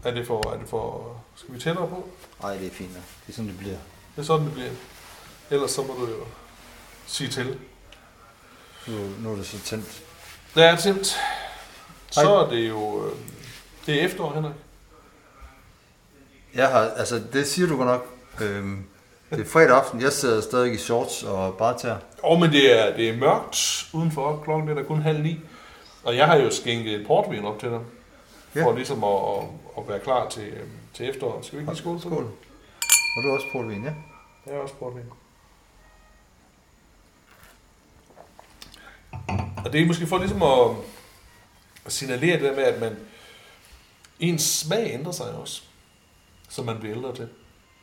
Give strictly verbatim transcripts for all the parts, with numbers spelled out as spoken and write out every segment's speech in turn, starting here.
Er det for, er det for, skal vi tættere på? Nej, det er fint. Det er sådan, det bliver. Det er sådan, det bliver. Ellers så må du jo sige til. Nu, nu er det så tændt. Det er tændt. Så er det jo, øh, det er efterår, Henrik. Jeg har, altså det siger du godt nok. Øhm, det er fredag aften. Jeg sidder stadig i shorts og bare tager. Åh, oh, men det er, det er mørkt udenfor. Klokken det er der kun halv ni. Og jeg har jo skænket portvin op til dig. For ja. ligesom at, at, at være klar til, til efterår. Skal vi ikke lige skåle? Skål. Og du har også portvin, ja? Jeg har også portvin. Og det er måske for ligesom at, at signalere det der med, at man ens smag ændrer sig også, som man bliver ældre til.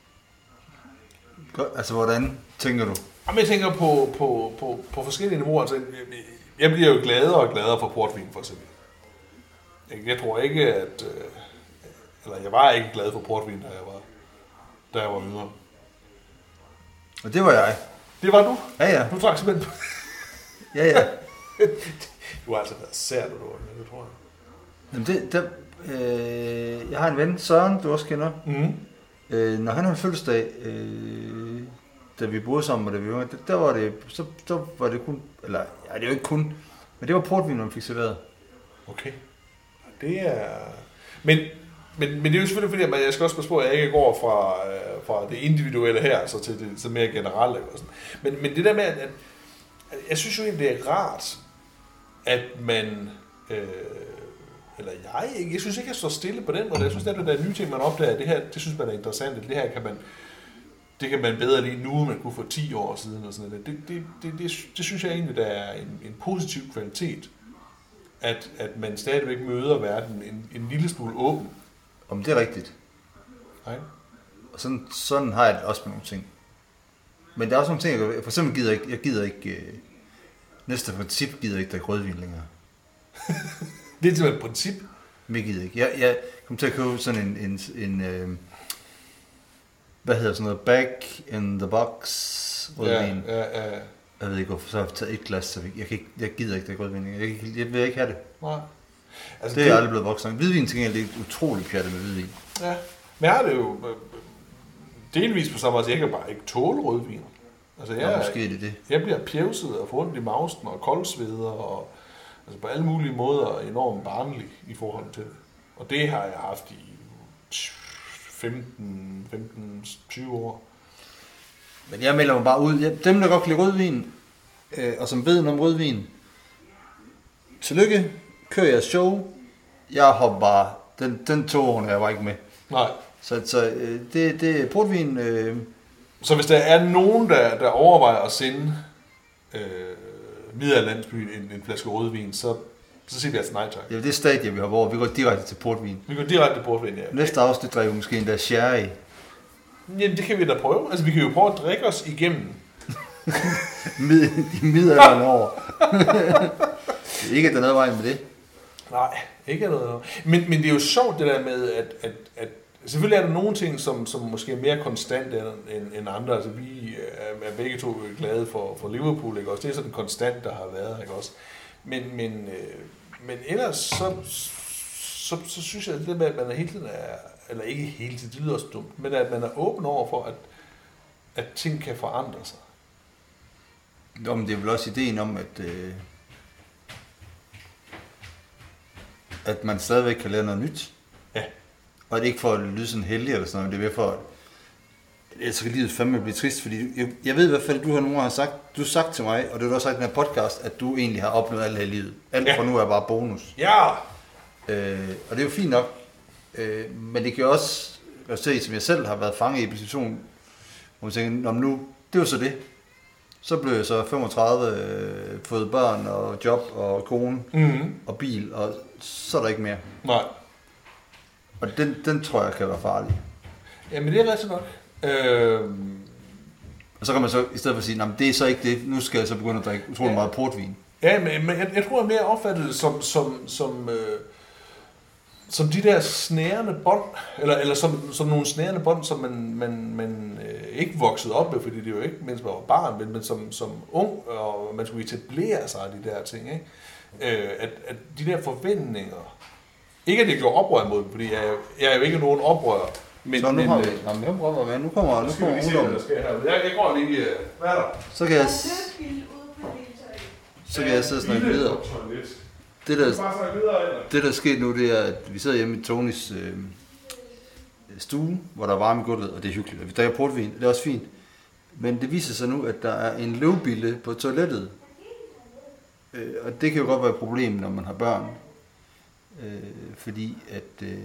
Godt. Altså, hvordan tænker du? Jamen, jeg tænker på, på, på, på forskellige niveauer. Altså, jeg bliver jo gladere og gladere for portvin, for eksempel. Jeg tror ikke, at... Eller jeg var ikke glad for portvin, da jeg var, da jeg var yngre. Og det var jeg. Det var du? Ja, ja. Du drak simpelthen... ja, ja. Du har altså været sær, du var med, det tror jeg. Jamen, det... Der, øh, jeg har en ven, Søren, du også kender. Mm. Øh, når han havde fødselsdag, øh, da vi boede sammen, og da vi var der, der var det, så der var det kun, eller ja, det er jo ikke kun, men det var portvin, man fik serveret. Okay. Det er... Men, men, men det er jo selvfølgelig fordi, at jeg skal også passe på, at jeg ikke går fra, fra det individuelle her, så til det så mere generelle. Og sådan. Men, men det der med, at, at jeg synes jo egentlig, det er rart, at man... Øh, eller jeg ikke. Jeg synes ikke, jeg står stille på den måde. Jeg synes, at det der er nye ting, man opdager. Det her, det synes man er interessant. Det her kan man, det kan man bedre lige nu, end man kunne for ti år siden. Og sådan noget. Det, det, det, det, det synes jeg egentlig, der er en, en positiv kvalitet. At, at man stadigvæk møder verden en, en lille smule åben. Om det er rigtigt. Nej. Og sådan, sådan har jeg det også med nogle ting. Men der er også nogle ting, jeg for eksempel gider ikke, jeg gider ikke, øh, næste princip gider ikke drikke rødvin længere. Det er simpelthen et princip. Men jeg gider ikke. Jeg, jeg kom til at købe sådan en, en, en øh, hvad hedder sådan noget, back in the box rødvin. Ja, ja, ja. Jeg ved ikke hvorfor, så har jeg taget et glas, så jeg, kan ikke, jeg gider ikke drikke rødvin. Jeg, jeg, jeg vil ikke have det. Nej. Altså, det er det, jeg aldrig blevet voksen. Hvidvin til gengæld, det er utroligt pjattet med hvidvin. Ja, men jeg har det jo delvis på samme måde, jeg kan bare ikke tåle rødvin. Altså, jeg, ja, måske er det det. Jeg bliver pjevset og får ondt i mausen og koldsveder og altså på alle mulige måder enormt barnlig i forhold til det. Og det har jeg haft i femten, femten, tyve år. Men jeg melder mig bare ud. Jeg, dem, der godt kan lide rødvin, øh, og som ved noget om rødvin, tillykke, kører jeg show. Jeg hopper bare. Den, den tog jeg var ikke med. Nej. Så, så øh, det, det er portvin. Øh... Så hvis der er nogen, der, der overvejer at sende øh, Middelalderlandsbyen en, en flaske rødvin, så, så siger vi altså nej tak. Ja, det er stadie, vi har hvor vi går direkte til portvin. Vi går direkte til portvin, ja. Næste afsnit drikker vi måske endda sherry. Jamen, det kan vi da prøve. Altså, vi kan jo prøve at drikke os igennem. Mid, de middelalderen over. Ikke, at der er noget vejen med det. Nej, ikke noget. Men, men det er jo sjovt det der med, at, at, at selvfølgelig er der nogle ting, som, som måske er mere konstante end, end andre. Altså, vi er, er begge to glade for, for Liverpool, ikke også? Det er sådan konstant, der har været, ikke også? Men, men, øh, men ellers, så, så, så synes jeg, at det med, at man er hele tiden er, eller ikke hele tiden, det lyder også dumt, men at man er åben over for, at, at ting kan forandre sig. Jo, men det er vel også ideen om, at, øh, at man stadigvæk kan lære noget nyt. Ja. Og det er ikke for at lyde sådan heldig eller sådan noget, men det er for at jeg skal livet fandme blive trist, fordi jeg, jeg ved i hvert fald, at du har nogle gange sagt, du har sagt til mig, og det har du også sagt i den her podcast, at du egentlig har opnået alt her i livet. Alt ja. For nu er bare bonus. Ja! Øh, og det er jo fint nok, øh, men det kan jo også at se, som jeg selv har været fanget i en situation, hvor man tænker, nu, det er jo så det. Så blev jeg så femogtredive, øh, fået børn og job og kone mm-hmm. og bil, og så er der ikke mere. Nej. Og den, den tror jeg kan være farlig. Jamen det er rigtigt nok. Øh... Og så kan man så i stedet for sige, det er så ikke det, nu skal jeg så begynde at drikke utrolig ja. meget portvin. Ja, men jeg, jeg tror jeg mere opfattet det som, som, som, øh, som de der snærende bånd, eller, eller som, som nogle snærende bånd, som man, man, man øh, ikke voksede op med, fordi det er jo ikke, mens man var barn, men, men som, som ung, og man skulle etablere sig af de der ting, ikke? Øh, at, at de der forventninger Ikke at det gjorde oprør imod dem, fordi jeg er, jo, jeg er jo ikke nogen oprører. Men, så nu men, har vi... Nå, men jeg prøver, hvad? Nu kommer nu kommer ungdommen. Jeg, jeg går lige... Hvad er der? Så kan jeg... Så kan jeg sidde og snakke videre. Det der, det der sker nu, det er, at vi sidder hjemme i Tonys øh, stue, hvor der er varme i gulvet, og det er hyggeligt. Der er portvin, det er også fint. Men det viser sig nu, at der er en løvbille på toilettet. Øh, og det kan jo godt være et problem, når man har børn. Øh, fordi at, øh,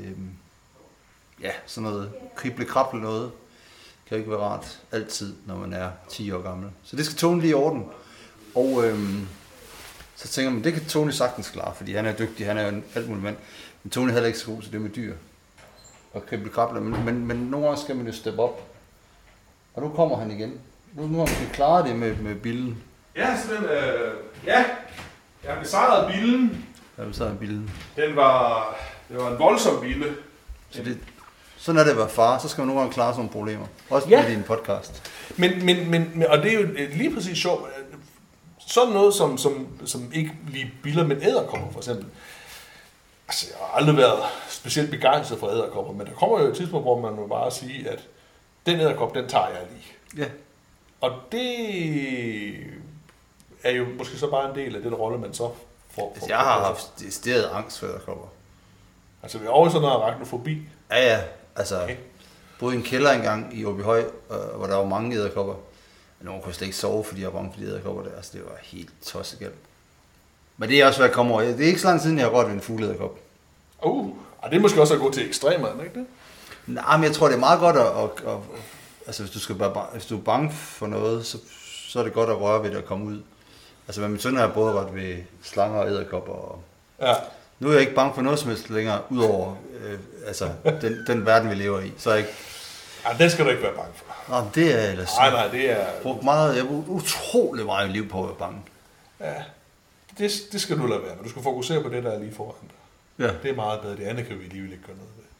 ja, sådan noget krible-krable noget, kan jo ikke være rart altid, når man er ti år gammel. Så det skal Tony lige i orden. Og øh, så tænker man, det kan Tony sagtens klare, fordi han er dygtig, han er jo en alt muligt mand. Men Tony er heller ikke så god til det med dyr og krible-krable. Men, men, men nogle gange skal man jo steppe op. Og nu kommer han igen. Nu, nu har man klaret det med, med billen. Ja, så den, øh, ja, jeg har besejret billen. Jeg har besejret billen. Den var, det var en voldsom bille. Så det, sådan er det at være far, så skal man nogle gange klare sådan nogle problemer. Også ja. med din podcast. Men, men, men, og det er jo lige præcis sjovt. Sådan noget, som, som, som ikke lige biller, men edderkopper for eksempel. Altså, jeg har aldrig været specielt begejstret for edderkopper, men der kommer jo et tidspunkt, hvor man må bare sige, at den edderkop, den tager jeg lige. Ja. Og det er jo måske så bare en del af den rolle, man så får. Altså, jeg har haft decideret angst for edderkopper. Altså, vi er over i sådan noget arachnofobi. Ja, ja. Altså, okay. Boede i en kælder engang i Åbyhøj, hvor der var mange edderkopper. Nogen kunne slet ikke sove, fordi jeg var bange for de edderkopper der. Altså, det var helt tossegalt. Men det er også, hvad jeg kommer over. Det er ikke så lang tid, jeg har rørt ved en fugleedderkop. Uh, og det er måske også at gå til ekstremerne, ikke det? Nej, men jeg tror, det er meget godt at... at, at altså, hvis du, skal bare, hvis du er bange for noget, så, så er det godt at røre ved det og komme ud. Altså, med min søn har jeg både været ved slanger og edderkopper. Og ja. Nu er jeg ikke bange for noget som helst længere, udover øh, altså, den, den verden, vi lever i. Så er jeg ikke... Ja, den skal du ikke være bange for. Nå, det er ellers... Nej, nej, det er... Brugt meget, jeg har brugt utrolig meget liv på at være bange. Ja, det, det skal du lade være, men du skal fokusere på det, der er lige foran dig. Ja. Det er meget bedre, det andet kan vi alligevel ikke gøre noget ved.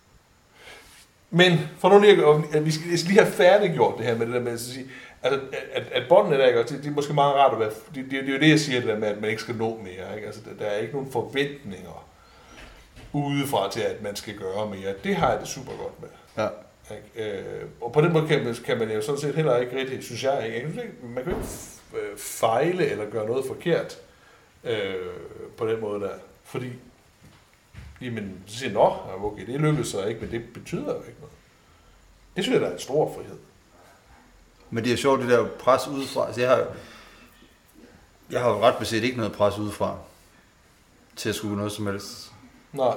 Men for nu lige, at vi skal lige have færdiggjort det her med det der med at sige, altså, at, at båndene der, ikke, det, det er måske meget rart at være, det, det, det er jo det, jeg siger, det der med, at man ikke skal nå mere. Ikke? Altså, der er ikke nogen forventninger udefra til, at man skal gøre mere. Det har jeg det super godt med. Ja. Øh, og på den måde kan man, kan man jo sådan set heller ikke rigtig, synes jeg, ikke? Man kan jo ikke fejle eller gøre noget forkert øh, på den måde der, fordi jamen, så siger nå, okay, det lykkedes så ikke, men det betyder jo ikke noget. Det synes jeg, der er en stor frihed. Men det er sjovt, det der pres udefra. Altså, jeg har jeg har jo ret beset ikke noget pres udefra til at skulle noget som helst. Nej.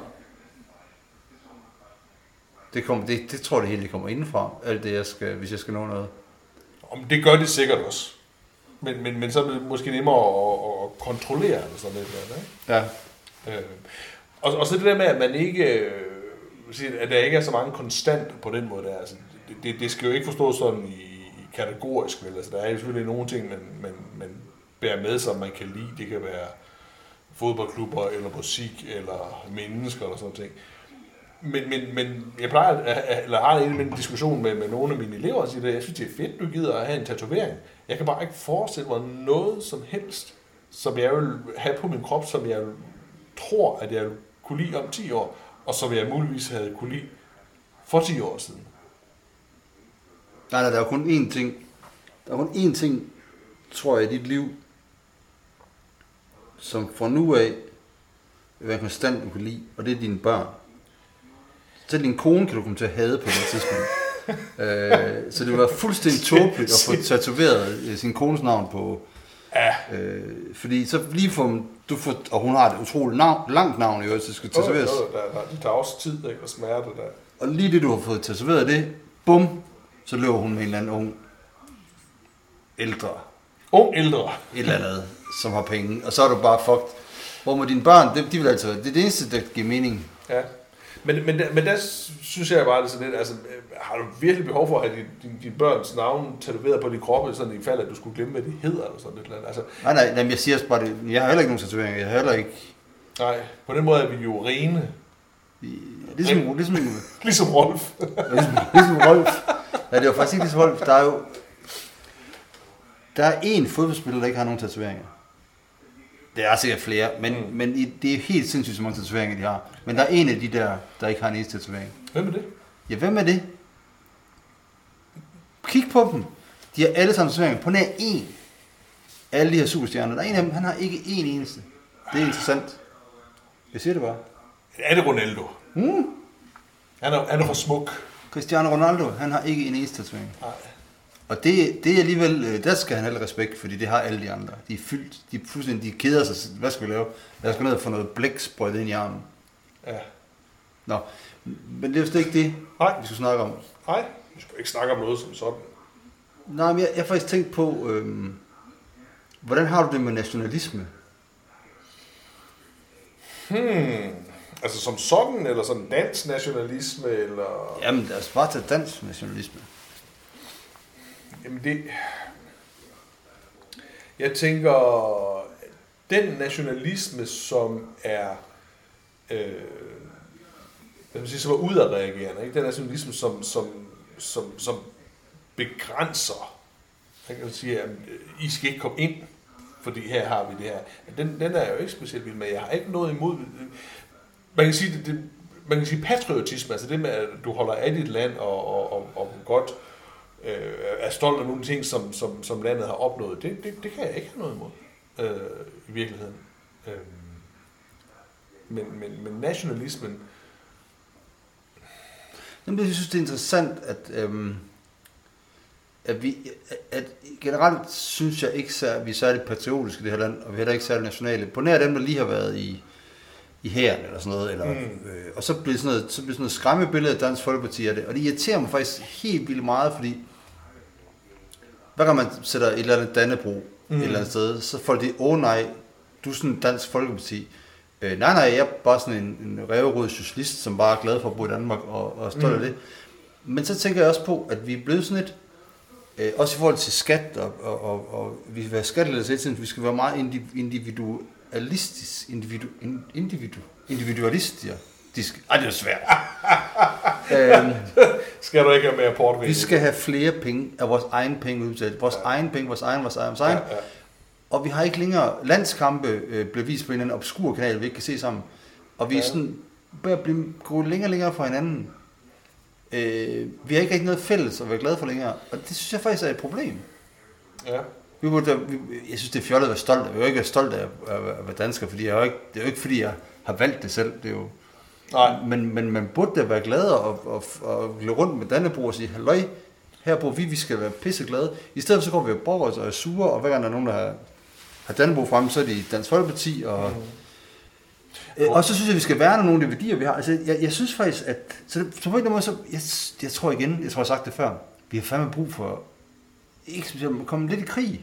Det, kommer, det, det tror jeg det hele det kommer indenfra, alt det jeg skal, hvis jeg skal nå noget. Om det gør det sikkert også. Men, men, men så er det måske nemmere at, at kontrollere det sådan lidt. Ikke? Ja. Øh, og, og så det der med, at man ikke, øh, at der ikke er så mange konstanter på den måde der. Altså, det, det, det skal jo ikke forstås sådan i, i kategorisk, vel? Altså, der er jo selvfølgelig nogle ting, man, man, man bærer med sig, man kan lide. Det kan være fodboldklubber, eller musik, eller mennesker, eller sådan ting. Men, men, men jeg plejer, at, eller har en, en diskussion med, med nogle af mine elever, og siger, at jeg synes, det er fedt, du gider at have en tatovering. Jeg kan bare ikke forestille mig noget som helst, som jeg vil have på min krop, som jeg tror, at jeg vil kunne lide om ti år, og som jeg muligvis havde kunne lide for ti år siden. Nej, nej, der er kun én ting. Der er kun én ting, tror jeg, i dit liv, som fra nu af vil være konstant, du kan lide, og det er dine børn. Så din kone kan du komme til at hade på det tidspunkt. øh, så det vil være fuldstændig tåbeligt at få tatoveret sin kones navn på. Ja. Øh, fordi så lige for, du får, og hun har et utroligt navn, langt navn i øvrigt, så det skal tatoveres. Der, der, det tager også tid, ikke, og smerte der. Og lige det, du har fået tatoveret det, bum, så løber hun med en eller anden ung, ældre. Ung ældre. Et eller andet, som har penge. Og så er du bare fucked. Hvor med dine børn, de, de vil altså, det er det eneste, der giver mening. Ja. Men, men, men der synes jeg bare, det er sådan lidt, altså, har du virkelig behov for at have dine din, din børns navn tatoveret på din krop, sådan i fald, at du skulle glemme, hvad det hedder, eller sådan lidt? Altså, nej, nej, nej, jeg siger også bare det. Jeg har heller ikke nogen tatoveringer, jeg har heller ikke... Nej, på den måde er vi jo rene. Ligesom, ligesom, ligesom Rolf. ligesom, ligesom Rolf. Nej, det var faktisk ikke ligesom Rolf. Der er jo... Der er én fodboldspiller, der ikke har nogen tatoveringer. Der er sikkert flere, men, mm. men det er helt sindssygt, så mange tatoveringer, de har. Men der er en af de der, der ikke har en eneste tatovering. Hvem er det? Ja, hvem er det? Kig på dem. De har alle sammen tatoveringer. På nær én. Alle de her superstjerner. Der er en af dem, han har ikke én eneste. Det er interessant. Jeg siger det bare. Er det Ronaldo? Mm. Han er, han er for smuk. Cristiano Ronaldo, han har ikke en eneste tatovering. Nej. Og det, det er alligevel, der skal han have respekt, fordi det har alle de andre. De er fyldt, de er fuldstændig, de keder sig. Hvad skal vi lave? Lad os gå ned og få noget blæk sprøjtet ind i armen. Ja. Nå, men det er jo ikke det, Nej. vi skal snakke om. Nej, vi skal ikke snakke om noget som sådan. Nej, men jeg, jeg har faktisk tænkt på, øhm, hvordan har du det med nationalisme? Hmm, altså som sådan, eller sådan dansk nationalisme, eller... Jamen, lad os bare tage dansk nationalisme. Jamen det... Jeg tænker, den nationalisme, som er... Øh, jeg vil sige, som er udadreagerende, ikke? Den nationalisme, som, som, som, som begrænser, jeg kan sige, at I skal ikke komme ind, fordi her har vi det her. Den, den er jeg jo ikke specielt vild med. Jeg har ikke noget imod... Man kan sige, det, det, man kan sige patriotisme, altså det med, at du holder af dit land og, og, og, og godt øh, er stolt af nogle ting, som, som, som landet har opnået, det, det, det kan jeg ikke have noget imod øh, i virkeligheden. Øh, men, men, men nationalismen... Jamen, jeg synes, det er interessant, at, øhm, at vi at generelt synes jeg ikke, at vi er særlig patriotiske i det her land, og vi er heller ikke særlig nationale. På nær dem, der lige har været i, i hæren eller sådan noget. Eller, mm. øh, og så bliver sådan noget, så bliver sådan noget skræmmebillede af Dansk Folkeparti af det. Og det irriterer mig faktisk helt vildt meget, fordi hver gang man sætter et eller andet Dannebrog mm. et eller andet sted, så får de, åh oh, nej, du er sådan Dansk Folkeparti. Øh, nej, nej, jeg er bare sådan en, en ræverød socialist, som bare er glad for at bo i Danmark og, og stolt af mm. det. Men så tænker jeg også på, at vi er blevet sådan et, øh, også i forhold til skat, og, og, og, og vi skal være skattelæs hele tiden, vi skal være meget individualistisk, individu, individu, individualister. De skal, ej, det er svært. øhm, skal du ikke have mere portvin? Vi skal have flere penge af vores egen penge udbetalt. Vores ja. egen penge, vores egen, vores egen, vores egen. Ja, ja. Og vi har ikke længere landskampe, øh, bliver vist på en eller anden obskur kanal, vi ikke kan se sammen. Og vi er sådan, bør blive gået længere og længere fra hinanden. Øh, vi har ikke rigtig noget fælles at være glade for længere. Og det synes jeg faktisk er et problem. Ja. Vi burde, vi, jeg synes, det er fjollet at være stolt. Jeg vil jo ikke være stolt af at, at, at være dansker, fordi jeg er jo ikke, det er jo ikke, fordi jeg har valgt det selv. Det er jo, nej. Men, men man burde da være glad og, og, og gå rundt med Dannebrog og sige, halløj, her bor vi, vi skal være pisseglade. I stedet så går vi og brokker os og er sure, og hver gang der er nogen, der har har Dannebrog frem, så er det i Dansk Folkeparti, og, mm. øh, og så synes jeg, at vi skal værne nogle af de værdier, vi har. Altså, jeg, jeg synes faktisk, at, så, så på en måde, så, jeg, jeg tror igen, jeg tror, jeg har sagt det før, vi har fandme brug for, ikke specielt, at komme lidt i krig.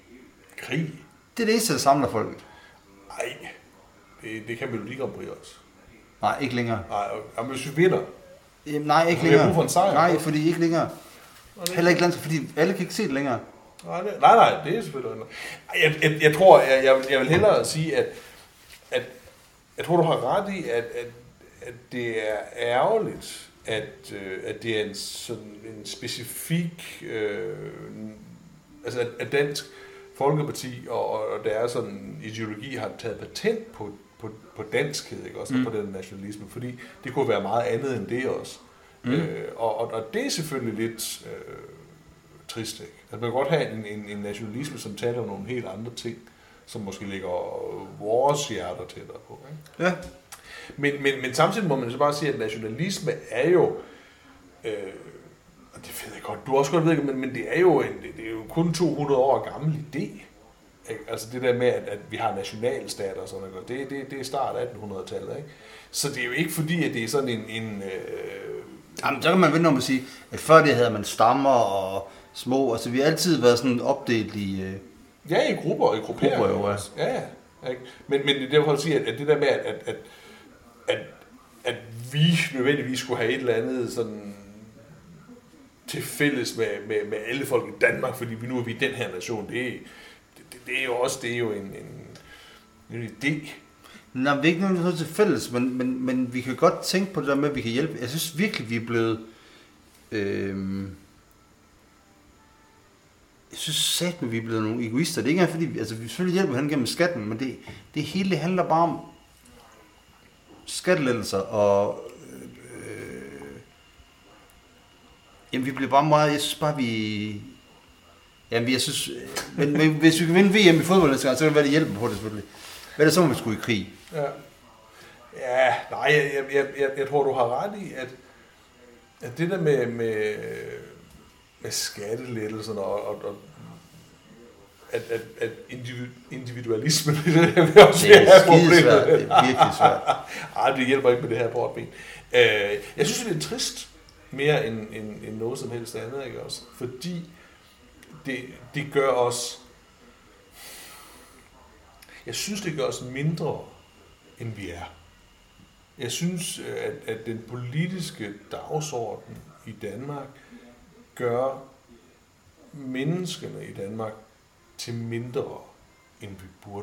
Krig? Det er det eneste, der samler folk. Nej, det, det kan Melodi Grand Prix også. Nej, ikke længere. Nej, og hvis vi vinder, Jamen, nej, ikke længere. Vi har brug for en sejr. Nej, fordi ikke længere. Heller ikke landskamp, fordi alle kan ikke se det længere. Nej, det, nej, nej, det er selvfølgelig noget. Jeg, jeg, jeg tror, jeg, jeg, vil, jeg vil hellere sige, at, at jeg tror, du har ret i, at, at, at det er ærgerligt, at, øh, at det er en, sådan, en specifik, øh, altså at, at Dansk Folkeparti og, og deres sådan ideologi har taget patent på, på, på danskhed, ikke? Også mm. på den nationalisme, fordi det kunne være meget andet end det også. Mm. Øh, og, og, og det er selvfølgelig lidt... Øh, trist, ikke? Altså, man kan godt have en, en, en nationalisme, som taler om nogle helt andre ting, som måske ligger vores hjerter tættere på. Ikke? Ja. Men, men, men samtidig må man så bare sige, at nationalisme er jo, øh, og det ved jeg godt, du også godt ved, men, men det er jo en, det er jo kun to hundrede år gammel idé. Ikke? Altså det der med, at, at vi har nationalstater og sådan noget, det, det, det er start af attenhundredetallet, ikke? Så det er jo ikke fordi, at det er sådan en... en øh, Jamen, så kan man vende om at sige, at før det havde man stammer og små, altså vi har altid været sådan opdelt i... Øh... Ja, i grupper og i grupperinger. Grupper, ja. Ja, ja. Ikke? Men, men det er derfor at sige, at, at det der med, at, at, at, at, at vi nødvendigvis skulle have et eller andet sådan til fælles med, med, med alle folk i Danmark, fordi vi nu er vi den her nation, det, det, det er jo også det er jo en, en, en idé. Nej, vi er ikke noget til fælles, men, men, men vi kan godt tænke på det der med, at vi kan hjælpe. Jeg synes virkelig, vi er blevet... Øh... jeg synes satme, at vi er blevet nogle egoister. Det er ikke engang fordi, vi, altså vi selvfølgelig hjælper han gennem skatten, men det, det hele det handler bare om skattelettelser, og øh, jamen vi bliver bare meget, jeg synes bare, vi, jamen jeg synes, men, men hvis vi kan vinde V M i fodbold, så kan det være, det hjælper på det selvfølgelig. Hvad er det så, må vi skulle i krig? Ja, ja nej, jeg, jeg, jeg, jeg tror, du har ret i, at, at det der med, med, med skattelettelserne og, og, og at, at, at individualismen det er også det er skidesvært, det er virkelig svært. Ej, det hjælper ikke med det her portben. Øh, jeg synes, det er trist mere end, end, end noget som helst andet, ikke også? Fordi det, det gør os, jeg synes, det gør os mindre, end vi er. Jeg synes, at, at den politiske dagsorden i Danmark gør menneskene i Danmark til mindre, end vi burde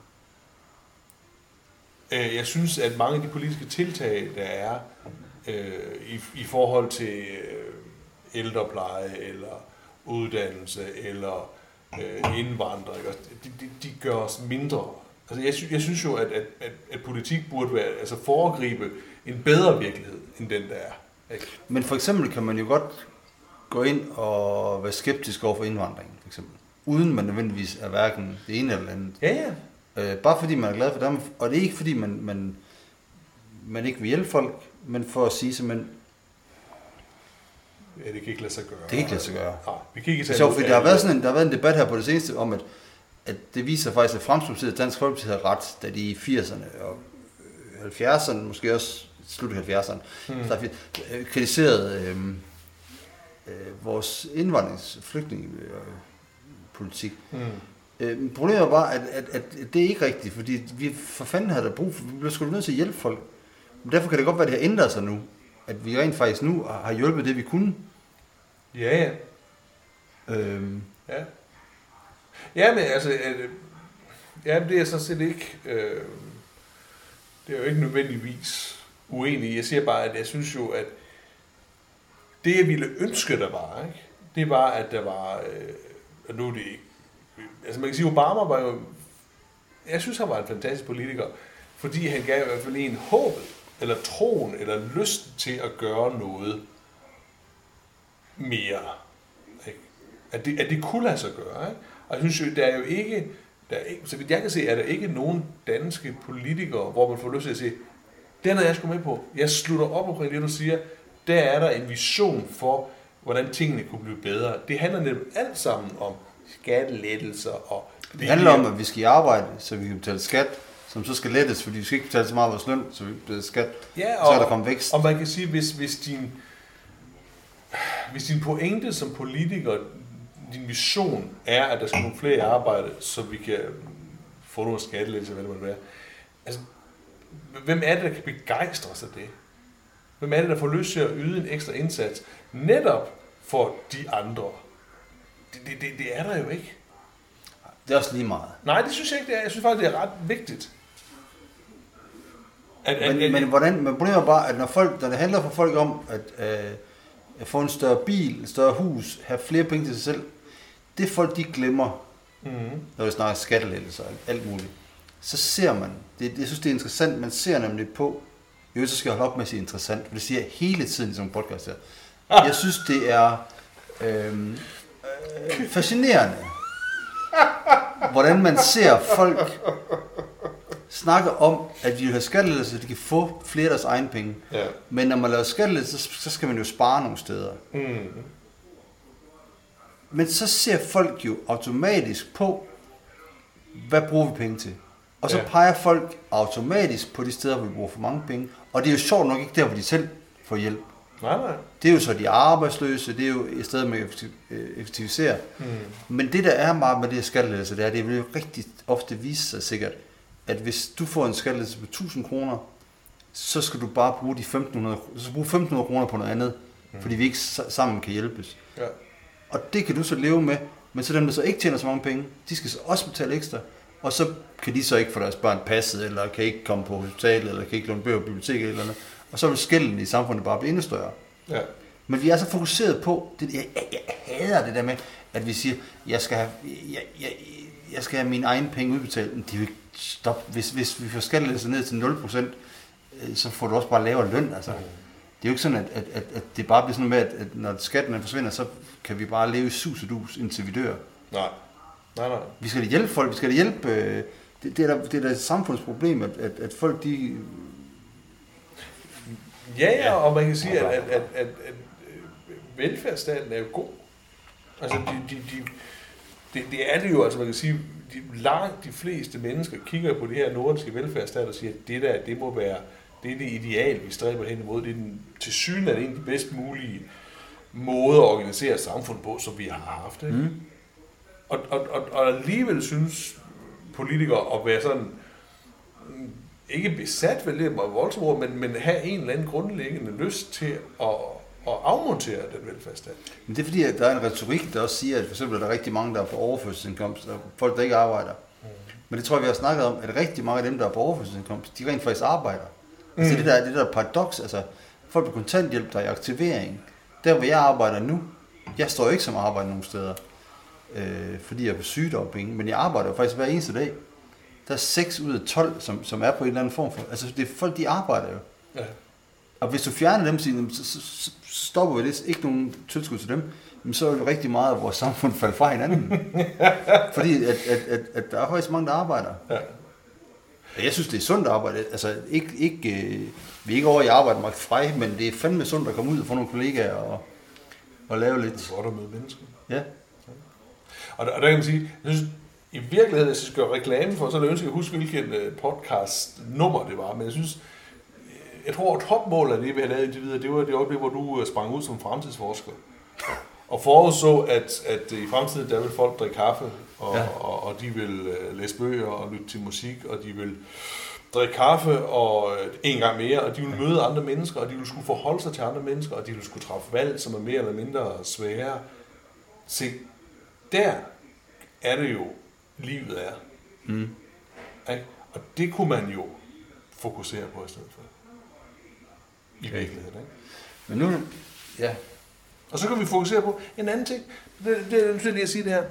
være. Jeg synes, at mange af de politiske tiltag, der er øh, i, i forhold til øh, ældrepleje, eller uddannelse, eller øh, indvandring, de, de, de gør os mindre. Altså, jeg, synes, jeg synes jo, at, at, at, at politik burde være, altså foregribe en bedre virkelighed, end den der er. Ikke? Men for eksempel kan man jo godt gå ind og være skeptisk over for indvandringen, for eksempel. Uden man nødvendigvis er hverken det ene eller andet. Ja, ja. Øh, bare fordi man er glad for dem, og det er ikke fordi man, man, man ikke vil hjælpe folk, men for at sige simpelthen, ja, det kan ikke lade sig gøre. Det kan ikke lade sig gøre. Nej, vi kan ikke tage så, fordi der har været sådan en, der har været en debat her på det seneste om, at, at det viser faktisk, at Fremskridtspartiet og Dansk Folkeparti havde ret, da de i firserne og halvfjerdserne, måske også slut halvfjerdserne, hmm. så kritiserede øh, øh, vores indvandringsflygtningepolitik. Hmm. Øh, problemet er bare, at, at, at det er ikke rigtigt, fordi vi for fanden havde der brug for, vi bliver sgu nødt til at hjælpe folk. Men derfor kan det godt være, at det har ændret sig nu, at vi rent faktisk nu har hjulpet det, vi kunne. Ja, ja. Øhm. Ja. Ja, men altså, øh, ja, det er så set ikke, øh, det er jo ikke nødvendigvis uenig. Jeg siger bare, at jeg synes jo, at det, jeg ville ønske, der var, ikke? Det var, at der var, øh, og nu er det ikke, altså man kan sige, Obama var jo, jeg synes, han var en fantastisk politiker, fordi han gav i hvert fald en håbet, eller troen, eller lyst til at gøre noget mere. Ikke? At, det, at det kunne lade sig gøre. Ikke? Og jeg synes jo, der er jo ikke, der er ikke, så vidt jeg kan se, er der ikke nogen danske politikere, hvor man får lyst til at sige, den er jeg sgu med på. Jeg slutter op omkring det, du siger. Der er der en vision for, hvordan tingene kunne blive bedre. Det handler netop alt sammen om skattelettelser. Og det handler om, at vi skal arbejde, så vi kan betale skat, som så skal lettes, fordi vi skal ikke betale så meget af vores løn, så vi betaler skat, ja, og, så er der kommet vækst. Og man kan sige, hvis, hvis, din, hvis din pointe som politiker, din vision er, at der skal nogle flere i arbejde, så vi kan få nogle skattelettelser, hvad det må være. Altså, hvem er det, der kan begejstre sig det? Hvem er det, der får lyst til at yde en ekstra indsats? Netop for de andre. Det, det, det, det er der jo ikke. Det er også lige meget. Nej, det synes jeg ikke, det er. Jeg synes faktisk, det er ret vigtigt. At, men, at, at, men hvordan, men problemet er bare, at når, folk, når det handler for folk om at, øh, at få en større bil, et større hus, have flere penge til sig selv, det folk de glemmer, mm-hmm. når vi snakker skattelettelser og alt muligt, så ser man, det, jeg synes det er interessant, man ser nemlig på, jo så skal jeg holde op med at sige interessant, for det siger jeg hele tiden i sådan en podcast her. Ah. Jeg synes det er øh, øh, fascinerende, hvordan man ser folk snakke om, at vi vil have skattelettelser, så de kan få flere af deres egne penge. Ja. Men når man laver skattelettelser, så skal man jo spare nogle steder. Mm. Men så ser folk jo automatisk på, hvad bruger vi penge til? Og så ja. peger folk automatisk på de steder, hvor vi bruger for mange penge. Og det er jo sjovt nok ikke der, hvor de selv får hjælp. Nej, nej. Det er jo så de arbejdsløse, det er jo i stedet med at effektivisere. Mm. Men det der er meget med det her skattelettelser, det er, det vil jo rigtig ofte vise sig sikkert, at hvis du får en skattelettelse på tusind kroner, så skal du bare bruge de femten hundrede, så skal du bruge femten hundrede kroner på noget andet, mm. fordi vi ikke sammen kan hjælpes. Ja. Og det kan du så leve med, men så dem, der så ikke tjener så mange penge, de skal så også betale ekstra, og så kan de så ikke få deres børn passet, eller kan ikke komme på hospitalet, eller kan ikke låne bøger på biblioteket, eller noget. Og så vil skælden i samfundet bare blive endnu større. Ja. Men vi er så fokuseret på, det, jeg, jeg, jeg hader det der med, at vi siger, jeg skal have, jeg, jeg, jeg skal have mine egne penge udbetalt. Men de vil stoppe. Hvis, hvis vi får skattelettelser ned til nul procent, så får du også bare lavere løn. Altså. Det er jo ikke sådan, at, at, at, at det bare bliver sådan med, at, at når skatten forsvinder, så kan vi bare leve i sus og dus, indtil vi dør. Nej. Nej, nej. Vi skal da hjælpe folk, vi skal da hjælpe... Øh, det, det, er da, det er da et samfundsproblem, at, at, at folk de... Ja, ja, og man kan sige, at, at, at, at, at velfærdsstaten er jo god. Altså, de, de, de, det, det er det jo, altså man kan sige, de, langt de fleste mennesker kigger på de her nordiske velfærdsstater og siger, at det der, det må være, det er det ideal, vi stræber hen imod. Det er den tilsyneladende en af de bedst mulige måder at organisere samfund på, som vi har haft. Ikke? Mm. Og, og, og, og alligevel synes politikere at være sådan, ikke besat ved det voldsomt ord, men, men have en eller anden grundlæggende lyst til at, at afmontere den velfærdsstat. Men det er fordi, at der er en retorik, der også siger, at for eksempel er der rigtig mange, der er på overførselsindkomst, og folk, der ikke arbejder. Mm. Men det tror jeg, vi har snakket om, at rigtig mange af dem, der er på overførselsindkomst, de rent faktisk arbejder. Mm. Altså det der, det der paradoks, altså folk på kontanthjælp, der er i aktivering, der hvor jeg arbejder nu, jeg står jo ikke som arbejder nogen steder, øh, fordi jeg er på sygedagpenge, men jeg arbejder jo faktisk hver eneste dag. Der er seks ud af tolv, som, som er på en eller anden form for... Altså, det er folk, de arbejder jo. Ja. Og hvis du fjerner dem, så, så, så stopper vi det. Ikke nogen tilskud til dem. Men så er det rigtig meget af vores samfund falde fra hinanden. Fordi at, at, at, at der er faktisk mange, der arbejder. Ja. Jeg synes, det er sundt at arbejde. Altså, ikke, ikke, øh, vi er ikke over i arbejdsmarkedet frej, men det er fandme sundt at komme ud og få nogle kollegaer og, og lave lidt. Det er godt at møde mennesker. Ja. Ja. Og, der, og der kan man sige, jeg synes, i virkeligheden, hvis jeg skal gøre reklame for, så er det ønsker jeg at huske, hvilken podcast-nummer det var. Men jeg synes, jeg tror, at topmålet af det, vi har lavet indtil videre, det var det øjeblik, hvor du sprang ud som fremtidsforsker. Og forudså, at, at i fremtiden, der vil folk drikke kaffe, og, ja. og, og de vil læse bøger og lytte til musik, og de vil drikke kaffe og en gang mere, og de vil møde andre mennesker, og de vil skulle forholde sig til andre mennesker, og de vil skulle træffe valg, som er mere eller mindre svære. Se, der er det jo, livet er. Mm. Og det kunne man jo fokusere på i stedet for. I okay. virkeligheden, ikke? Men nu, ja. Og så kan vi fokusere på en anden ting. Det, det er nødt til at sige det her.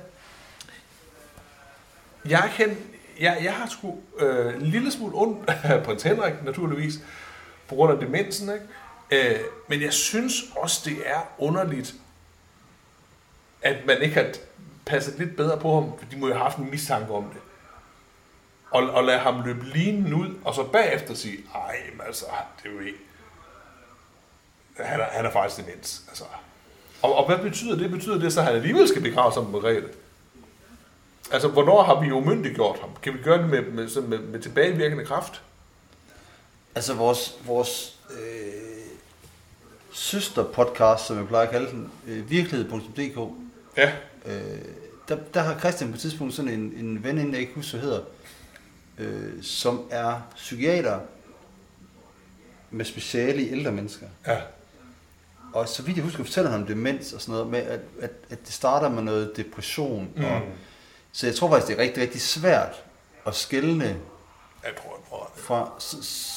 Jeg, kan, jeg, jeg har sgu øh, en lille smule ondt af prins Henrik, naturligvis, på grund af demensen, ikke? Øh, men jeg synes også, det er underligt, at man ikke har passet lidt bedre på ham, for de må jo have haft en mistanke om det. Og, og lade ham løbe linen ud, og så bagefter sige, ej, men altså, det er jo ikke... Han er, han er faktisk demens, altså. Og, og hvad betyder det? Betyder det, så at han alligevel skal begraves som Margrethe? Altså, hvornår har vi jo myndiggjort ham? Kan vi gøre det med, med, med, med tilbagevirkende kraft? Altså, vores, vores øh, søsterpodcast, som jeg plejer at kalde den, øh, virkelighed punktum d k, ja. øh, der, der har Christian på et tidspunkt sådan en, en ven, jeg ikke husker, hvad hedder, øh, som er psykiater med speciale i ældre mennesker. Ja. Og så vidt jeg husker, fortæller han om demens og sådan noget, med at, at, at det starter med noget depression. Mm. Og, så jeg tror faktisk, det er rigtig, rigtig svært at skelne jeg tror, jeg tror, det. fra... Så,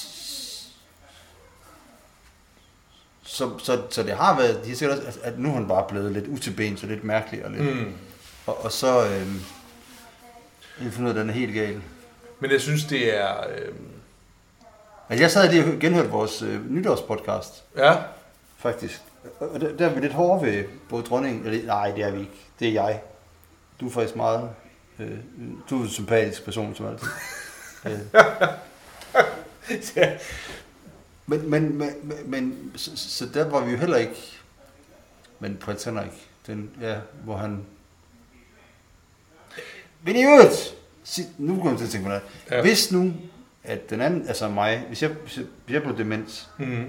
så, så, så det har været, de har sikkert også, at nu er han bare blevet lidt utilbens og lidt mærkelig og lidt... Mm. Og, og så... Øh, jeg finder ud af, at den er helt gal. Men jeg synes, det er... Øh... Altså, jeg sad lige og genhørte vores øh, nytårspodcast. Ja. Faktisk. Og der, der er vi lidt hårde ved både dronningen. Eller, nej, det er vi ikke. Det er jeg. Du er faktisk meget... Øh, du er en sympatisk person, som altid. øh. ja. Men, men, men, men så, så der var vi jo heller ikke... Men prins Henrik, den, ja, hvor han... Men i øvrigt, nu kommer jeg til at tænke på det. Ja. Hvis nu, at den anden, altså mig, hvis jeg, hvis jeg, hvis jeg blev demens, mm-hmm.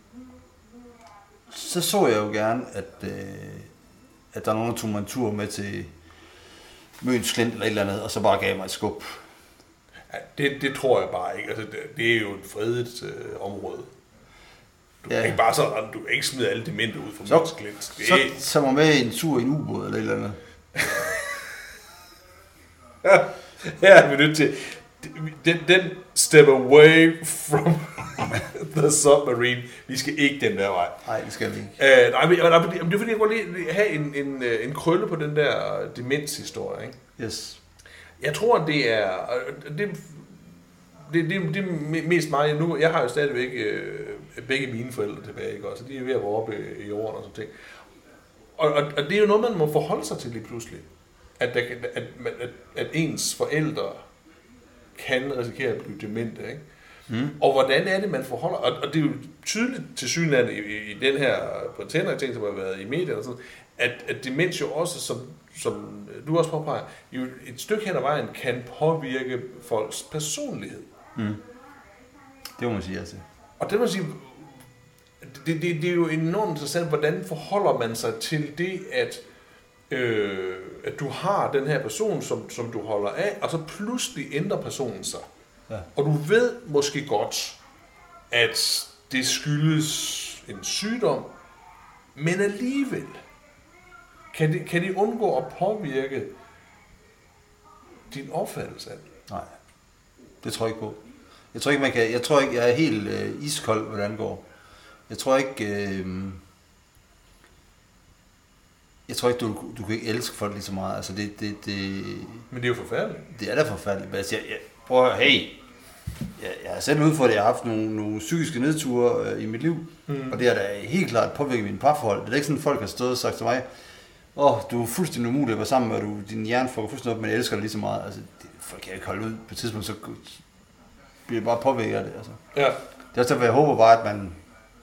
så så jeg jo gerne, at, øh, at der er nogen, der tog mig en tur med til Møns Klint eller et eller andet, og så bare gav mig et skub. Ja, det, det tror jeg bare ikke. Altså, det, det er jo et fredet øh, område. Du ja. kan ikke bare sådan, du kan ikke smide alle demente ud fra Møns Klint. Det så tager man med en tur i en ubåd eller et eller andet. Ja, vi er nødt til... Den, den step away from... The Submarine. Vi skal ikke den der vej. Nej, det skal vi ikke. Øh, nej, men, nej, men det er fordi, jeg kunne lige have en, en, en krølle på den der demenshistorie, ikke? Yes. Jeg tror, det er... Det, det, det, det er mest mig nu. Jeg har jo stadigvæk øh, begge mine forældre tilbage, ikke? Så de er ved at være oppe i jorden og sådan ting. Og, og, og det er jo noget, man må forholde sig til lige pludselig. At, der, at, at, at ens forældre kan risikere at blive demente, ikke? Mm. Og hvordan er det, man forholder... Og, og det er jo tydeligt til synligheden i, i, i den her Britannia-ting, som har været i medierne, og sådan, at, at demens jo også, som, som du også påpeger, jo et stykke hen ad vejen kan påvirke folks personlighed. Mm. Det må man sige, altså. Og det må man sige... Det, det, det er jo enormt interessant, hvordan forholder man sig til det, at, øh, at du har den her person, som, som du holder af, og så pludselig ændrer personen sig. Ja. Og du ved måske godt, at det skyldes en sygdom, men alligevel kan de, kan de undgå at påvirke din opfattelse af det. Nej, det tror jeg ikke på. Jeg tror ikke, man kan, jeg tror ikke, jeg er helt øh, iskold, hvordan det går. Jeg tror ikke, øh, jeg tror ikke, du, du kan ikke elske folk lige så meget. Altså det, det, det, men det er jo forfærdeligt. Det er da forfærdeligt. Men altså, jeg, jeg, prøv at, hey, jeg, jeg har selv ud for, at jeg har haft nogle, nogle psykiske nedture øh, i mit liv. Mm. Og det har da helt klart påvirket mine parforhold. Det er ikke sådan, at folk har stået og sagt til mig, åh, oh, du er fuldstændig umulig at være sammen med, og du, din hjerne får fuldstændig op, men jeg elsker dig lige så meget. Altså, det, folk kan ikke holde ud. På et tidspunkt, så bliver jeg bare påvirket af det. Altså. Ja. Det er også derfor, jeg håber bare, at man,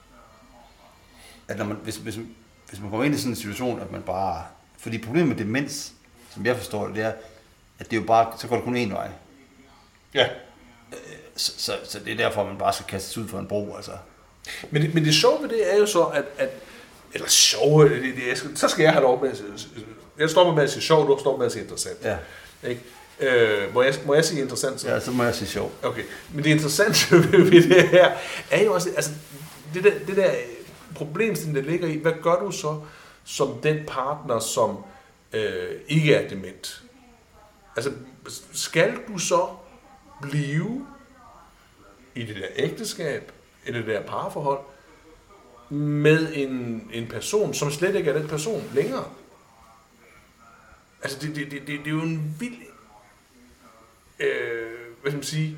at når man, hvis, hvis, hvis man kommer ind i sådan en situation, at man bare, fordi problemet med demens, som jeg forstår det, det er, at det er jo bare, så går det kun én vej. Ja. Så, så, så det er derfor, at man bare skal kastes ud for en bro, altså. Men, men det sjove ved det er jo så, at, at eller sjove, det, det, så skal jeg have lov med at sige, jeg stopper med at sige sjov, du stopper med at sige interessant. Ja. Ikke? Øh, må, jeg, må jeg sige interessant så? Ja, så må jeg sige sjov. Okay, men det interessante ved det her, er jo også, altså, det der, det der problemstilling, der ligger i, hvad gør du så som den partner, som øh, ikke er dement? Altså, skal du så blive i det der ægteskab, i det der parforhold, med en, en person, som slet ikke er den person længere? Altså, det, det, det, det er jo en vild, øh, hvad skal man sige,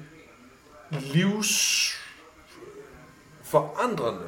livsforandrende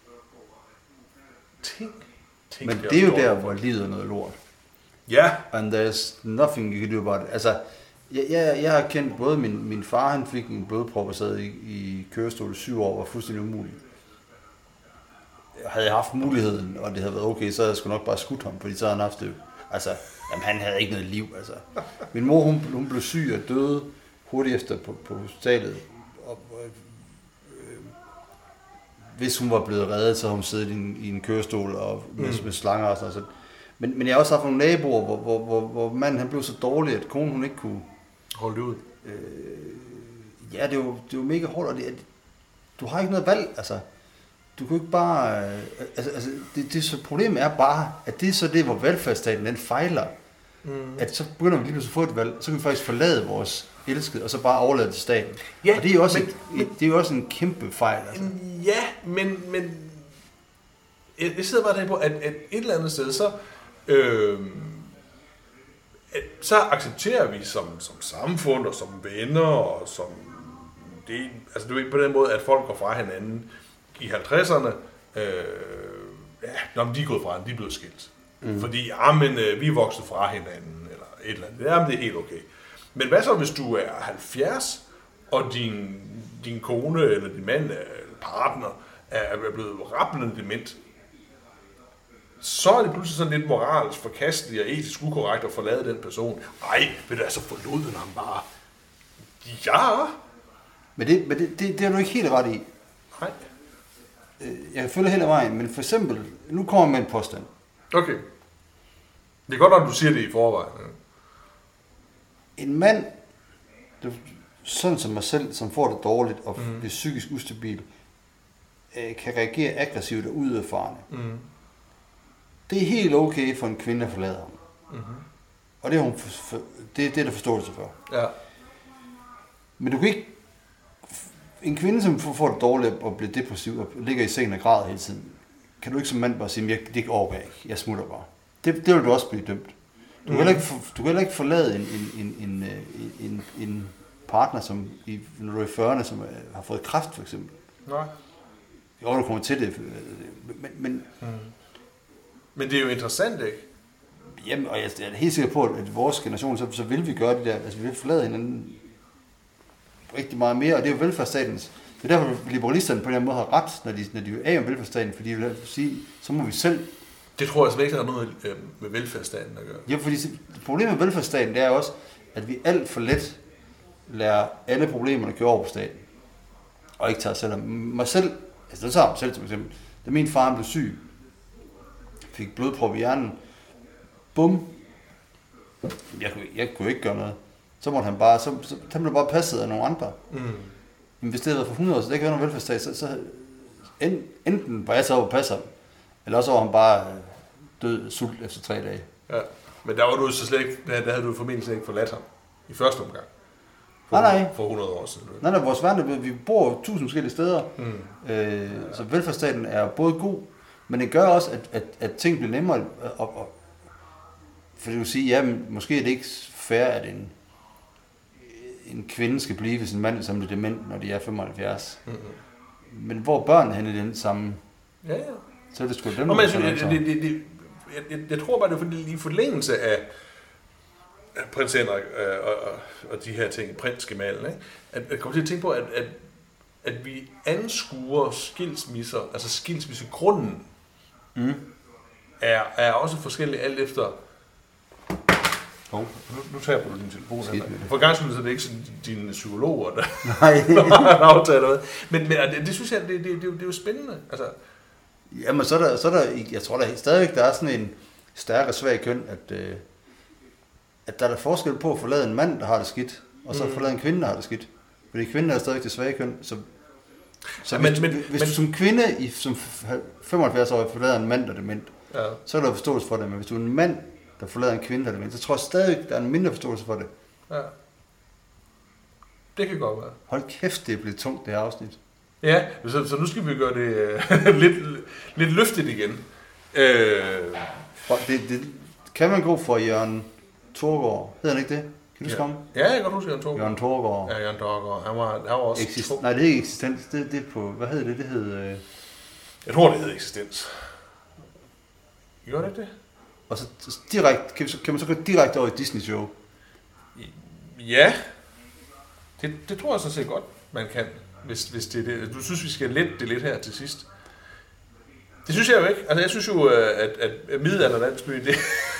ting. ting Men det er jo der, hvor livet er noget lort. Ja. And there's nothing you can do about it. Altså, jeg, jeg, jeg har kendt både min, min far, han fik en blodprop og sad i, i kørestol i syv år, var fuldstændig umuligt. Havde jeg haft muligheden, og det havde været okay, så havde jeg sgu nok bare skudt ham, fordi så havde han haft det. Altså, jamen, han havde ikke noget liv, altså. Min mor, hun, hun blev syg og døde hurtigt efter på, på hospitalet. Og, øh, hvis hun var blevet reddet, så havde hun siddet i en, i en kørestol og med, mm. med slanger og sådan noget. Men, men jeg har også haft nogle naboer, hvor, hvor, hvor, hvor manden han blev så dårlig, at konen hun ikke kunne holde det ud. Øh, ja, det er, jo, det er jo mega hårdt, og det, du har ikke noget valg, altså. Du kan ikke bare... Øh, altså, altså det, det så problemet er bare, at det er så det, hvor velfærdsstaten den fejler. Mm. At så begynder vi lige pludselig at få et valg, så kan vi faktisk forlade vores elskede, og så bare overlade til staten. Ja, og det er jo også, men, et, et, det er jo også en kæmpe fejl. Altså. Ja, men, men jeg sidder bare der på, at, at et eller andet sted, så, øh, at, så accepterer vi som, som samfund, og som venner, og som... Det, altså du ved på den måde, at folk går fra hinanden i halvtredserne, øh, ja, når de er gået fra hinanden, de er blevet skilt. Mm. Fordi, ja, men øh, vi er vokset fra hinanden, eller et eller andet. Jamen, det er helt okay. Men hvad så, hvis du er halvfjerds, og din, din kone, eller din mand, eller partner, er blevet rappelende dement? Så er det pludselig sådan lidt moralsk forkasteligt og etisk ukorrekt at forlade den person. Ej, vil du altså forlod den ham bare? Ja. Men det, men det, det, det er du ikke helt ret i. Nej. Jeg kan følge hele vejen, men for eksempel, nu kommer med en påstand. Okay. Det er godt nok, at du siger det i forvejen. En mand, sådan som mig selv, som får det dårligt og mm. bliver psykisk ustabil, kan reagere aggressivt og udadfarende. Mm. Det er helt okay for en kvinde at forlade ham. Mm-hmm. Og det er, hun for, det, det er der forståelse for. Ja. Men du kan ikke en kvinde, som får det dårligt og bliver depressiv og ligger i sengen og græder hele tiden, kan du ikke som mand bare sige, jeg, det overgår jeg ikke, jeg smutter bare. Det, det vil du også blive dømt. Du kan heller ikke, for, du kan heller ikke forlade en, en, en, en, en, en partner, som i, når du er i fyrrerne, som har fået kræft for eksempel. Nej. Jo, du kommer til det. Men, men, mm. men det er jo interessant, ikke? Jamen, og jeg er helt sikker på, at vores generation, så, så vil vi gøre det der. Altså, vi vil forlade hinanden rigtig meget mere, og det er jo velfærdsstatens. Det er derfor, liberalisterne på den måde har ret, når de, når de er af om velfærdsstaten, fordi de vil sige, så må vi selv... Det tror jeg altså ikke, der har noget med velfærdsstaten at gøre. Ja, fordi problemet med velfærdsstaten, det er også, at vi alt for let lærer alle problemerne køre over på staten, og ikke tager selv om mig selv. Altså, det tager mig selv som eksempel. Da min far blev syg, fik blodprop i hjernen, bum, jeg kunne, jeg kunne ikke gøre noget. Så måtte han bare, så, så han blev bare passet af nogle andre. Mm. Men hvis det havde været for hundrede år, så det ikke havde nogen velfærdsstat, så, så enten var jeg så over og passer, eller også var han bare død sult efter tre dage. Ja, men der var du så slet ikke, der havde du formentlig slet ikke forladt ham i første omgang. For, nej, nej. For hundrede år siden. Nej, nej, vores verden, vi bor tusind forskellige steder, mm. øh, så velfærdsstaten er både god, men det gør også, at, at, at ting bliver nemmere. Og, og, for det vil sige, ja, måske er det ikke fair, at en, en kvinde skal blive ved sin mand, som er dement, når de er femoghalvfjerds. Mm-hmm. Men hvor børn er henne i den samme... Ja, ja. Så er det sgu dem, og man, det, det, det, det, jeg, jeg, jeg tror bare, det er fordi, i forlængelse af, af prins Henrik øh, og, og, og de her ting, prinsgemalen, ikke? At jeg kommer til at tænke på, at, at, at vi anskuer skilsmisser, altså skilsmissegrunden, mm. er, er også forskellig alt efter... Oh, nu, nu tager du din telefon. For gang skyld, så er det ikke sådan dine psykologer, der har aftalt noget. Men, men det, det synes jeg, det, det, det, det er jo spændende. Altså, jamen, så er der, så er der, jeg tror der stadigvæk, der er sådan en stærk og svag køn, at, øh, at der er der forskel på at forlade en mand, der har det skidt, og så mm. forlade en kvinde, der har det skidt. Fordi kvinden er stadigvæk det svage køn, så, så ja, hvis, men, hvis men, du som kvinde i som femoghalvfjerds-årig forlader en mand, der er dement, ja. Så er der forståelse for det, men hvis du er en mand, der forlader en kvinde, der er dement, så tror jeg stadig, der er en mindre forståelse for det. Ja. Det kan godt være. Hold kæft, det er blevet tungt, det her afsnit. Ja, så, så nu skal vi gøre det uh, lidt, lidt løftigt igen. Uh, det, det, kan man gå for Jørgen Thorgård? Hedder han ikke det? Kan du ja. komme? Ja, jeg kan godt huske Jørgen Thorgård. Jørgen Thorgård. Ja, Jørgen Thorgård. Han var, han var også... Exist- Nej, det er ikke eksistens. Det, det er på... Hvad hedder det? Det hedder... Øh... Jeg tror, det hedder eksistens. Gjorde det ikke det? Og så direkte... Kan, kan man så gå direkte over i Disney Show? Ja. Det, det tror jeg så set godt, man kan. Hvis, hvis det er det. Du synes, vi skal lette det lidt her til sidst? Det synes jeg jo ikke. Altså, jeg synes jo, at, at middelalderlandsby, det...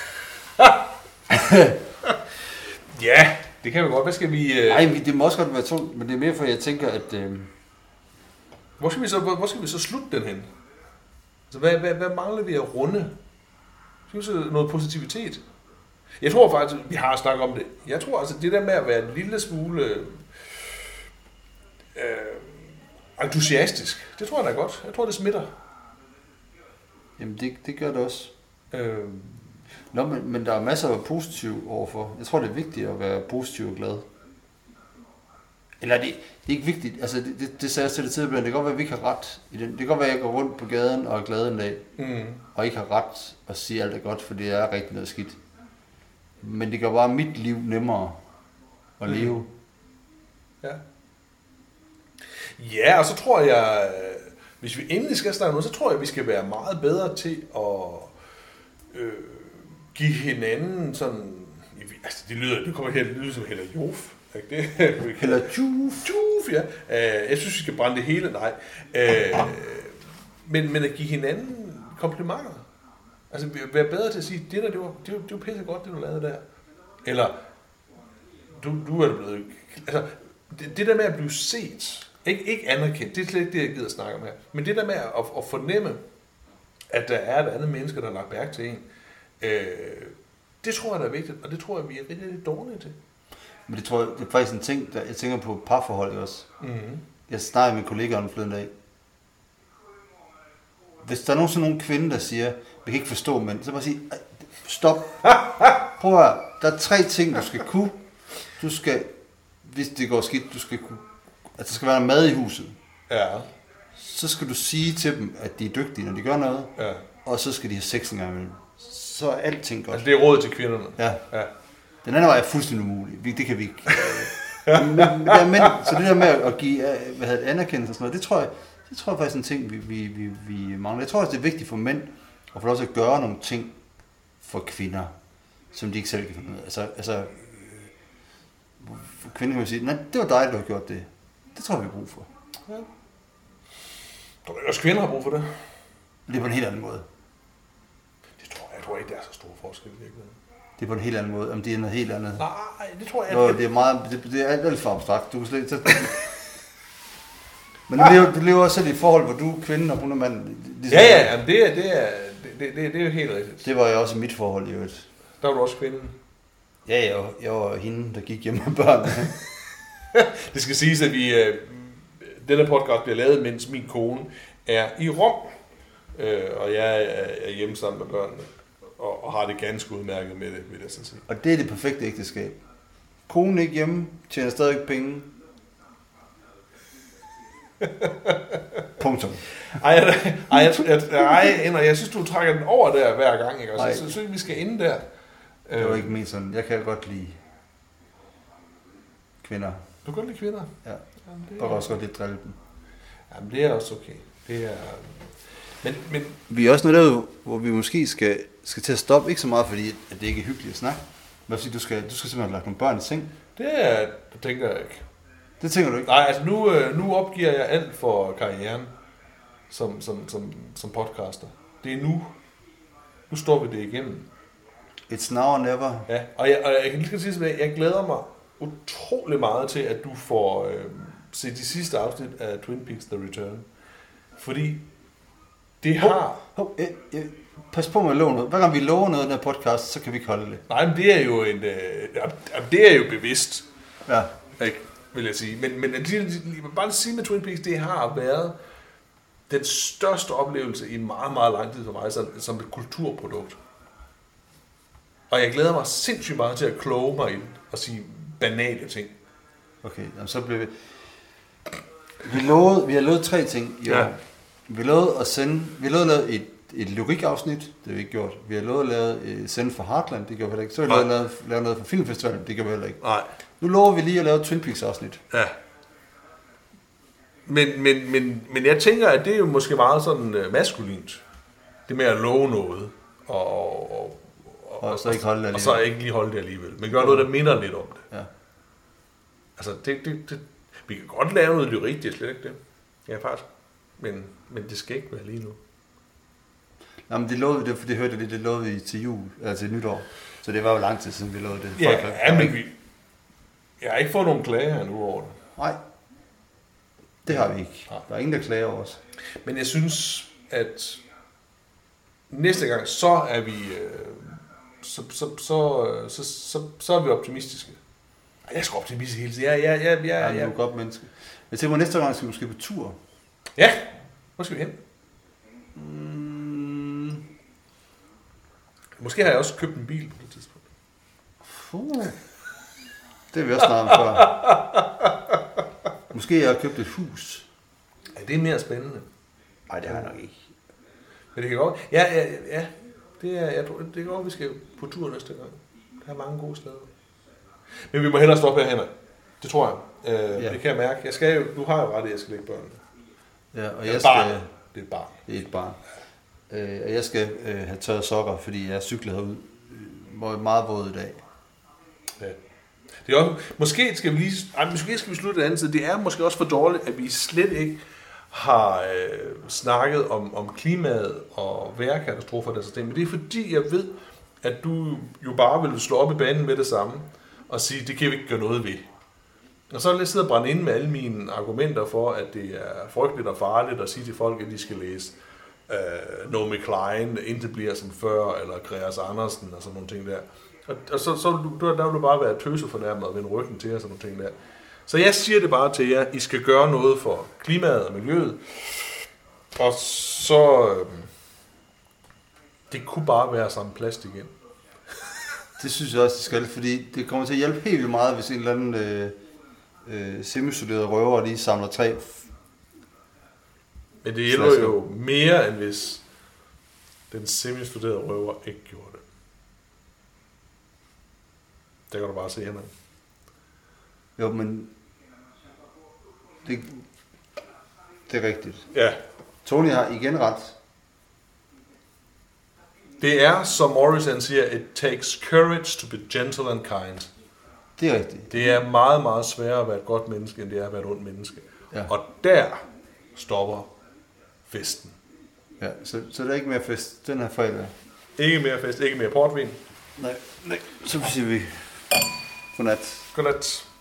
ja, det kan vi godt. Hvad skal vi... Nej, uh... det må også godt være tungt, men det er mere for, at jeg tænker, at... Uh... Hvor skal vi så, hvor, hvor skal vi så slutte den hen? Altså, hvad, hvad, hvad mangler vi at runde? Skal vi så noget positivitet? Jeg tror faktisk, vi har snakket om det. Jeg tror altså, det der med at være en lille smule... Øh, entusiastisk. Det tror jeg da er godt. Jeg tror, det smitter. Jamen, det, det gør det også. Øh. Nå, men, men der er masser af positiv overfor. Jeg tror, det er vigtigt at være positiv og glad. Eller det, det er ikke vigtigt. Altså, det, det, det sagde jeg til det tidligere. Det kan godt være, at vi ikke har ret i den. Det kan godt være, at jeg går rundt på gaden og er glad en dag. Mm. Og ikke har ret at sige, at alt er godt, for det er rigtig noget skidt. Men det gør bare mit liv nemmere at leve. Mm. Ja. Ja, og så tror jeg, hvis vi endelig skal snakke noget, så tror jeg, vi skal være meget bedre til at øh, give hinanden sådan... Altså, det lyder, det kommer her, det lyder som Hella Joof. Det Hella Joof. Joof, ja. Uh, jeg synes, vi skal brænde det hele. Nej. Uh, men, men at give hinanden komplimenter. Altså, være bedre til at sige, det der, det var, det var, det var pisse godt, det du lavede der. Eller, du, du er blevet... Altså, det, det der med at blive set... Ikke, ikke anerkendt, det er slet ikke det, jeg gider at snakke om her. Men det der med at, at fornemme, at der er et andet menneske, der har lagt mærke til en, øh, det tror jeg, der er vigtigt, og det tror jeg, vi er rigtig, rigtig dårlige til. Men det tror jeg, det er faktisk en ting, der jeg tænker på parforhold også. Mm-hmm. Jeg snakker med min kollega om den forleden dag. Hvis der er nogen sådan nogle kvinde, der siger, vi kan ikke forstå mænd, så bare sige, stop. Prøv at høre, der er tre ting, du skal kunne. Du skal, hvis det går skidt, du skal kunne at der skal være mad i huset, Ja. så skal du sige til dem, at de er dygtige, når de gør noget, Ja. og så skal de have sex en gang imellem. Så er alting godt. Altså, det er råd til kvinderne. Ja. Ja. Den anden vej er fuldstændig umulig. Vi- Det kan vi ikke. men, men, ja, men, så det der med at give hvad hedder det, anerkendelse og sådan noget, det tror jeg, det tror jeg faktisk er en ting, vi, vi, vi, vi mangler. Jeg tror også, det er vigtigt for mænd at få lov til at gøre nogle ting for kvinder, som de ikke selv kan finde ud af. Altså, altså for kvinder kan man sige, nej, det var dig, der har gjort det. Det tror jeg, vi har brug for. Ja. Tror du også, kvinder har brug for det? Det er på en helt anden måde. Det tror jeg, jeg tror ikke, der er så stor forskel i virkeligheden. Det er på en helt anden måde. Om det er noget helt andet. Nej, det tror jeg Nå, ikke. det er meget, det, det er alt, alt for abstrakt. Du kan slet ikke... Men du lever, du lever også selv i et forhold, hvor du er kvinde, og hun er mand. Ligesom Ja, ja, jamen, det, er, det, er, det, det, det er jo helt rigtigt. Det var jo også mit forhold i øvrigt. Der var du også kvinden. Ja, jeg var, jeg var hende, der gik hjemme med børnene. Det skal siges, at vi, øh, denne podcast bliver lavet, mens min kone er i Rom, øh, og jeg er, er hjemme sammen med børnene, og, og har det ganske udmærket med det, vil jeg så sige. Og det er det perfekte ægteskab. Konen ikke hjemme, tjener stadig penge. Punktum. Ej, ej, ej, ej, ej, jeg synes, du trækker den over der hver gang, ikke? Altså, så synes vi skal inde der. Det var ikke ment sådan. Jeg kan godt lide kvinder. Du kan godt lide kvinder? Ja. Jamen, det Og er, også godt lide drille dem. jamen, det er også okay. Det er, men, men Vi er også noget der, hvor vi måske skal, skal til at stoppe. Ikke så meget, fordi at det ikke er hyggeligt at snakke. Men fordi du skal, du skal simpelthen have lagt nogle børn i seng. det er, det tænker jeg ikke. Det tænker du ikke? Nej, altså nu, øh, nu opgiver jeg alt for karrieren som, som, som, som podcaster. Det er nu. Nu står vi det igennem. It's now or never. Ja, og jeg, og jeg kan lige sige, at jeg glæder mig utrolig meget til, at du får øh, set de sidste afsnit af Twin Peaks The Return. Fordi det har... Hov, eh, eh, pas på med at love noget. Hver gang vi lover noget i den her podcast, så kan vi ikke holde det. Nej, men det er jo en... Øh, det er jo bevidst, Ja. ikke, vil jeg sige. Men, men bare at sige med Twin Peaks, det har været den største oplevelse i meget, meget lang tid for mig, som, som et kulturprodukt. Og jeg glæder mig sindssygt meget til at kloge mig ind og sige banale ting. Okay, jamen, så bliver vi... Vi, lovede, vi har lovet tre ting i år. Ja. Vi har lovet at sende... Vi har lovet at lave et, et lyrikafsnit. Det har vi ikke gjort. Vi har lovet at lave, uh, sende for Heartland. Det gjorde vi heller ikke. Så har vi lovet at lave, lave noget for Filmfestivalen. Det gjorde vi heller ikke. Nej. Nu lover vi lige at lave et Twin Peaks afsnit. Ja. Men, men, men, men jeg tænker, at det er jo måske meget sådan uh, maskulint. Det med at love noget. Og, og, og, Og, og så ikke holde det og alligevel. så ikke lige holde det alligevel. Men gør noget, der minder lidt om det. Ja. Altså, det, det, det, vi kan godt lave noget lyrik, det er slet ikke det. Ja, faktisk. Men, men det skal ikke være lige nu. Jamen, det lovede vi, det, for det hørte vi, det lovede vi til jul, eller til nytår. Så det var jo lang tid siden, vi lovede det. Ja, Folk har- ja men vi... Jeg har ikke fået nogen klager endnu over det. Nej, det har vi ikke. Nej. Der er ingen, der klager over os. Men jeg synes, at næste gang, så er vi... Øh, så, så, så, så, så, så er vi optimistiske. Ej, jeg er sgu optimistisk hele tiden. Ja, ja, ja, ja, Ja, ja. du er et godt menneske. Jeg tænker, næste gang skal vi måske på tur. Ja, hvor skal vi hen? Mm. Måske har jeg også købt en bil på det tidspunkt. Fuh. Det har vi også snart om før. Måske jeg har købt et hus. Ja, det er mere spændende. Nej, det har jeg nok ikke. Men det kan godt... Ja, ja, ja. Det, er, jeg tror, det kan godt, vi skal på tur næste gang. Der er mange gode steder. Men vi må hellere stoppe her, Henrik. Det tror jeg. Øh, Ja. Det kan jeg mærke. Jeg skal jo, du har jo ret i, at jeg skal lægge børnene. Ja, og Jeg jeg barn. skal... Det er et barn. Det er et barn. Øh, og jeg skal øh, have tørret sokker, fordi jeg cykler herud. Hvor jeg er meget våd i dag. Ja. Det er også, måske skal vi lige... Ej, måske skal vi slutte et andet sted. Det er måske også for dårligt, at vi slet ikke har øh, snakket om, om klimaet og vejrkatastrofer og det. Men det er fordi, jeg ved, at du jo bare vil slå op i banen med det samme og sige, det kan vi ikke gøre noget ved. Og så vil jeg sidde og brænde ind med alle mine argumenter for, at det er frygteligt og farligt at sige til folk, at de skal læse uh, Naomi Klein, Intet bliver som før, eller Greas Andersen og sådan nogle ting der. Og, og så, så du, der vil du bare være tøsefornærmet og vende ryggen til og sådan nogle ting der. Så jeg siger det bare til jer, I skal gøre noget for klimaet og miljøet. Og så... Øh, det kunne bare være sammen plast igen. Det synes jeg også, det skal, fordi det kommer til at hjælpe helt vildt meget, hvis en eller anden øh, øh, semistuderede røvere lige samler tre. Men det hjælper jo mere, end hvis den semi-studerede røver ikke gjorde det. Det kan du bare se hernede. Jo, men det, det er rigtigt. Ja. Tony har igen ret. Det er, som Morrison siger, it takes courage to be gentle and kind. Det er rigtigt. Det er meget, meget sværere at være et godt menneske, end det er at være et ondt menneske. Ja. Og der stopper festen. Ja, så, så det er ikke mere fest den her fredag. Ikke mere fest, ikke mere portvin. Nej, nej. Så siger vi godnat. Godnat.